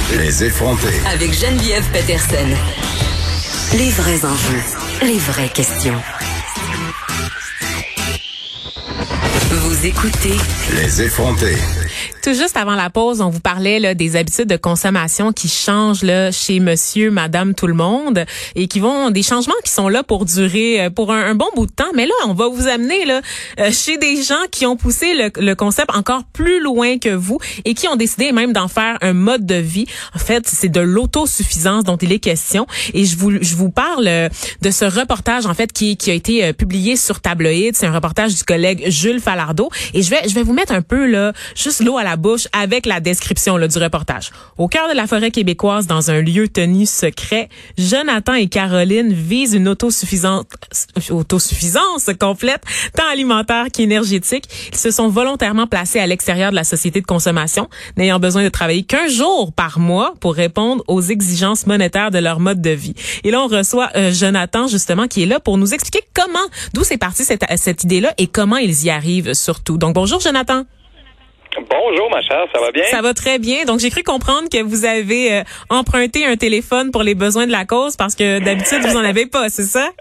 Les effronter. Avec Geneviève Peterson. Les vrais enjeux, les vraies questions. Vous écoutez Les effronter. Tout juste avant la pause, on vous parlait là, des habitudes de consommation qui changent là, chez monsieur, madame, tout le monde et qui vont des changements qui sont là pour durer pour un bon bout de temps. Mais là, on va vous amener là chez des gens qui ont poussé le concept encore plus loin que vous et qui ont décidé même d'en faire un mode de vie. En fait, c'est de l'autosuffisance dont il est question. Et je vous parle de ce reportage en fait qui a été publié sur Tabloïd. C'est un reportage du collègue Jules Falardeau. Et je vais vous mettre un peu là juste l'eau à la bouche avec la description là, du reportage. Au cœur de la forêt québécoise, dans un lieu tenu secret, Jonathan et Caroline visent une autosuffisance complète, tant alimentaire qu'énergétique. Ils se sont volontairement placés à l'extérieur de la société de consommation, n'ayant besoin de travailler qu'un jour par mois pour répondre aux exigences monétaires de leur mode de vie. Et là, on reçoit Jonathan, justement, qui est là pour nous expliquer d'où c'est parti cette idée-là et comment ils y arrivent surtout. Donc, bonjour Jonathan. Bonjour ma chère, ça va bien? Ça va très bien. Donc j'ai cru comprendre que vous avez emprunté un téléphone pour les besoins de la cause parce que d'habitude vous en avez pas, c'est ça?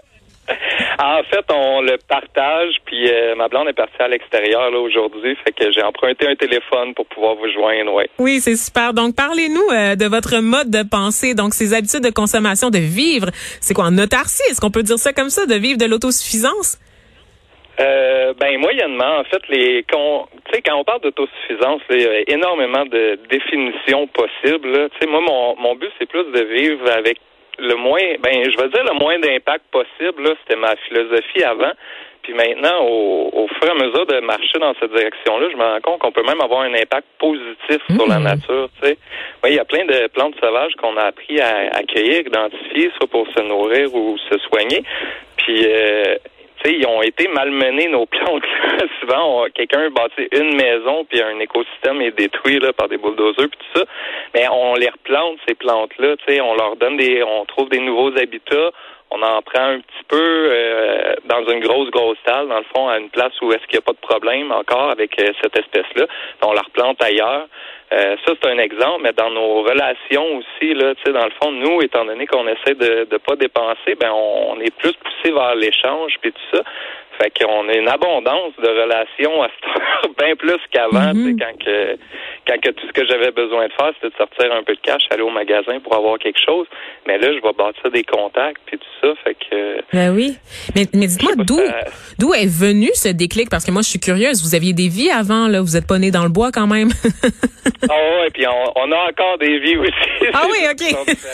En fait, on le partage, puis ma blonde est partie à l'extérieur là aujourd'hui, fait que j'ai emprunté un téléphone pour pouvoir vous joindre, ouais. Oui, c'est super. Donc parlez-nous de votre mode de pensée, donc ces habitudes de consommation, de vivre. C'est quoi, en autarcie? Est-ce qu'on peut dire ça comme ça, de vivre de l'autosuffisance? Moyennement, en fait, quand on parle d'autosuffisance, il y a énormément de définitions possibles. Moi, mon but, c'est plus de vivre avec le moins d'impact possible. Là. C'était ma philosophie avant. Puis maintenant, au fur et à mesure de marcher dans cette direction-là, je me rends compte qu'on peut même avoir un impact positif sur la nature. Oui, il y a plein de plantes sauvages qu'on a appris à accueillir, identifier, soit pour se nourrir ou se soigner. Puis ils ont été malmenés, nos plantes. Souvent, quelqu'un bâtit une maison, puis un écosystème est détruit là, par des bulldozers, puis tout ça. Mais on les replante, ces plantes-là. On leur donne on trouve des nouveaux habitats. On en prend un petit peu dans une grosse salle, dans le fond, à une place où est-ce qu'il n'y a pas de problème encore avec cette espèce-là. On la replante ailleurs. Ça, c'est un exemple, mais dans nos relations aussi, là, dans le fond, nous, étant donné qu'on essaie de pas dépenser, on est plus poussé vers l'échange puis tout ça. Fait qu'on a une abondance de relations à cette heure, bien plus qu'avant, quand que tout ce que j'avais besoin de faire, c'était de sortir un peu de cash, aller au magasin pour avoir quelque chose. Mais là, je vais bâtir des contacts puis tout ça, fait que... Ben oui. Mais dites-moi, d'où est venu ce déclic? Parce que moi, je suis curieuse. Vous aviez des vies avant, là. Vous êtes pas né dans le bois, quand même. Et puis on a encore des vies aussi. Ah oui, OK.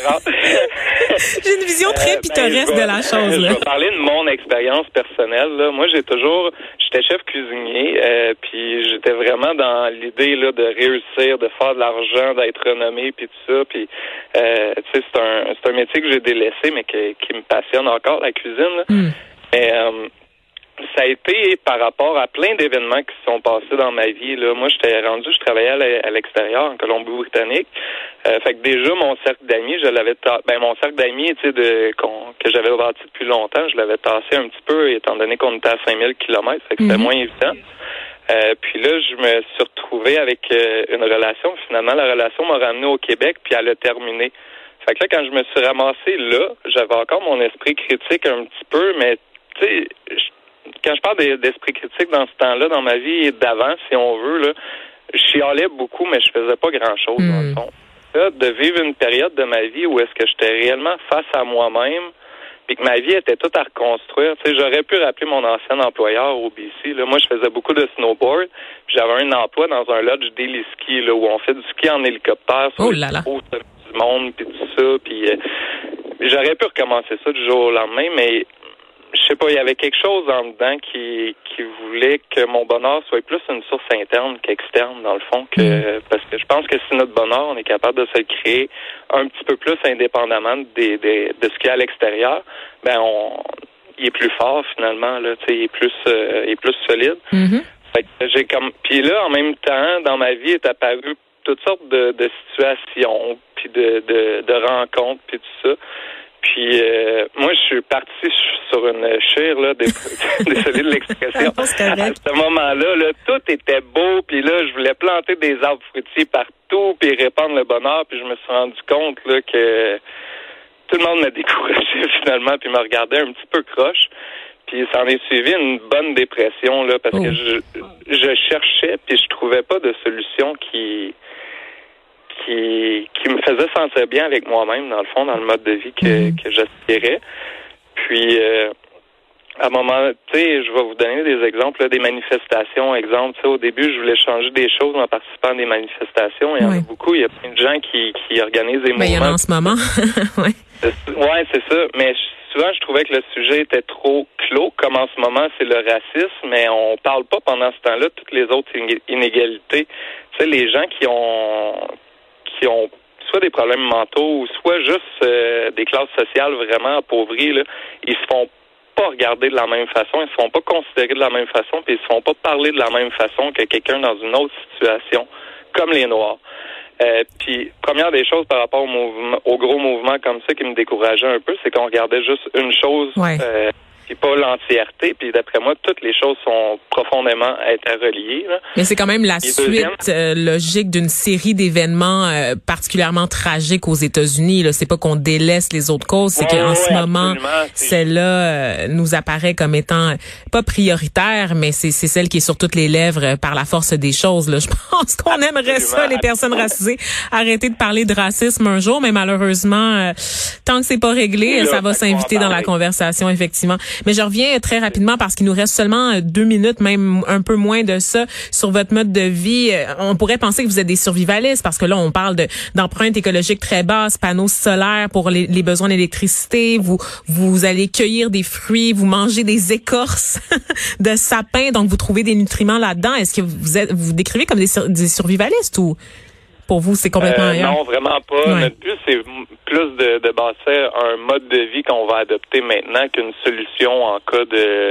J'ai une vision très pittoresque de la chose, là. Je vais parler de mon expérience personnelle, là. Moi, j'étais chef cuisinier, puis j'étais vraiment dans l'idée là de réussir, de faire de l'argent, d'être renommé, puis tout ça. Puis, c'est un métier que j'ai délaissé, mais qui me passionne encore, la cuisine. Là. Mais ça a été par rapport à plein d'événements qui se sont passés dans ma vie. Là. Moi, je travaillais à l'extérieur, en Colombie-Britannique. Fait que déjà, mon cercle d'amis, mon cercle d'amis, que j'avais bâti depuis longtemps, je l'avais tassé un petit peu, étant donné qu'on était à 5000 kilomètres, fait que c'était moins évident. Puis là, je me suis retrouvé avec une relation. Finalement, la relation m'a ramené au Québec, puis elle a terminé. Fait que là, quand je me suis ramassé là, j'avais encore mon esprit critique un petit peu, mais tu sais, quand je parle d'esprit critique dans ce temps-là, dans ma vie d'avant, si on veut, là, je chialais beaucoup, mais je faisais pas grand-chose, dans le fond. Là, de vivre une période de ma vie où est-ce que j'étais réellement face à moi-même, puis que ma vie était toute à reconstruire. Tu sais, j'aurais pu rappeler mon ancien employeur au BC. Là. Moi, je faisais beaucoup de snowboard, puis j'avais un emploi dans un lodge daily ski, là, où on fait du ski en hélicoptère sur les hauts du monde, puis tout ça. Puis j'aurais pu recommencer ça du jour au lendemain, mais je sais pas, il y avait quelque chose en dedans qui voulait que mon bonheur soit plus une source interne qu'externe, dans le fond, parce que je pense que si notre bonheur, on est capable de se le créer un petit peu plus indépendamment de ce qu'il y a à l'extérieur, il est plus fort finalement, là, tu sais, il est plus solide. Fait que puis là, en même temps, dans ma vie est apparu toutes sortes de situations, puis de rencontres, puis tout ça. Puis moi, je suis parti sur une chire, là, désolé de l'expression. À ce moment-là, là, tout était beau, puis là, je voulais planter des arbres fruitiers partout, puis répandre le bonheur, puis je me suis rendu compte là que tout le monde m'a découragé finalement, puis me regardait un petit peu croche. Puis ça en est suivi une bonne dépression, là, parce que je cherchais, puis je trouvais pas de solution qui me faisait sentir bien avec moi-même, dans le fond, dans le mode de vie que j'aspirais. Puis, à un moment, tu sais, je vais vous donner des exemples, là, des manifestations. Exemple, tu sais, au début, je voulais changer des choses en participant à des manifestations. Il y en a beaucoup. Il y a plein de gens qui organisent des mouvements. Il y en a en ce moment. Ouais, c'est ça. Mais souvent, je trouvais que le sujet était trop clos, comme en ce moment, c'est le racisme, mais on parle pas pendant ce temps-là de toutes les autres inégalités. Tu sais, les gens qui ont soit des problèmes mentaux ou soit juste des classes sociales vraiment appauvries, là, ils se font pas regarder de la même façon, ils se font pas considérer de la même façon, puis ils se font pas parler de la même façon que quelqu'un dans une autre situation, comme les Noirs. Puis, première des choses par rapport au gros mouvement comme ça qui me décourageait un peu, c'est qu'on regardait juste une chose, puis pas l'entièreté. Puis d'après moi, toutes les choses sont profondément interreliées. Là. Mais c'est quand même la suite logique d'une série d'événements particulièrement tragiques aux États-Unis. Là, c'est pas qu'on délaisse les autres causes, c'est qu'en ce moment, celle-là nous apparaît comme étant pas prioritaire, mais c'est celle qui est sur toutes les lèvres par la force des choses. Là. Je pense qu'on aimerait ça, les personnes racisées, arrêter de parler de racisme un jour, mais malheureusement, tant que c'est pas réglé, ça va s'inviter dans la conversation, effectivement. Mais je reviens très rapidement parce qu'il nous reste seulement 2 minutes, même un peu moins de ça, sur votre mode de vie. On pourrait penser que vous êtes des survivalistes parce que là, on parle d'empreintes écologiques très basses, panneaux solaires pour les besoins d'électricité. Vous allez cueillir des fruits, vous mangez des écorces de sapins, donc vous trouvez des nutriments là-dedans. Est-ce que vous décrivez comme des survivalistes ou pour vous, c'est complètement ailleurs? Non, vraiment pas. Ouais. Notre but, c'est plus de baser un mode de vie qu'on va adopter maintenant qu'une solution en cas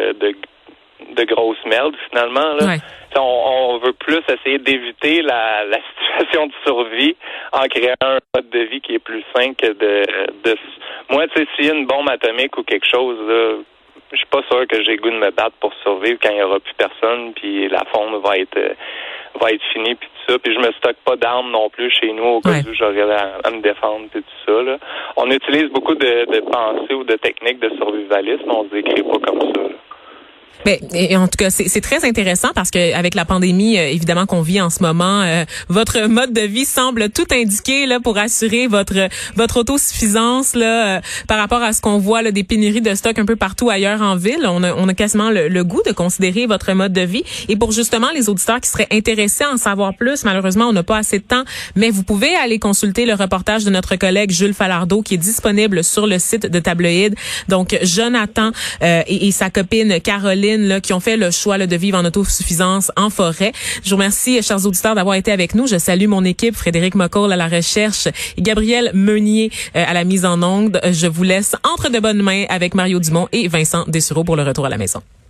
de grosse merde, finalement. Là. Ouais. On veut plus essayer d'éviter la situation de survie en créant un mode de vie qui est plus sain que de... Moi, tu sais, s'il y a une bombe atomique ou quelque chose, là, je suis pas sûr que j'ai le goût de me battre pour survivre quand il y aura plus personne, puis la faune va être finie, puis tout ça. Puis je me stocke pas d'armes non plus chez nous au cas où j'aurais à me défendre, puis tout ça. Là. On utilise beaucoup de pensées ou de techniques de survivalisme, on se décrit pas comme ça. Là. Ben, et en tout cas, c'est très intéressant parce que avec la pandémie, évidemment qu'on vit en ce moment, votre mode de vie semble tout indiquer là pour assurer votre autosuffisance là par rapport à ce qu'on voit là, des pénuries de stock un peu partout ailleurs en ville. On a quasiment le goût de considérer votre mode de vie. Et pour justement les auditeurs qui seraient intéressés à en savoir plus, malheureusement on n'a pas assez de temps, mais vous pouvez aller consulter le reportage de notre collègue Jules Falardeau qui est disponible sur le site de Tabloïd. Donc Jonathan et sa copine Caroline là, qui ont fait le choix là, de vivre en autosuffisance en forêt. Je vous remercie, chers auditeurs, d'avoir été avec nous. Je salue mon équipe, Frédéric Mocoll à la recherche et Gabriel Meunier à la mise en onde. Je vous laisse entre de bonnes mains avec Mario Dumont et Vincent Dessureau pour le retour à la maison.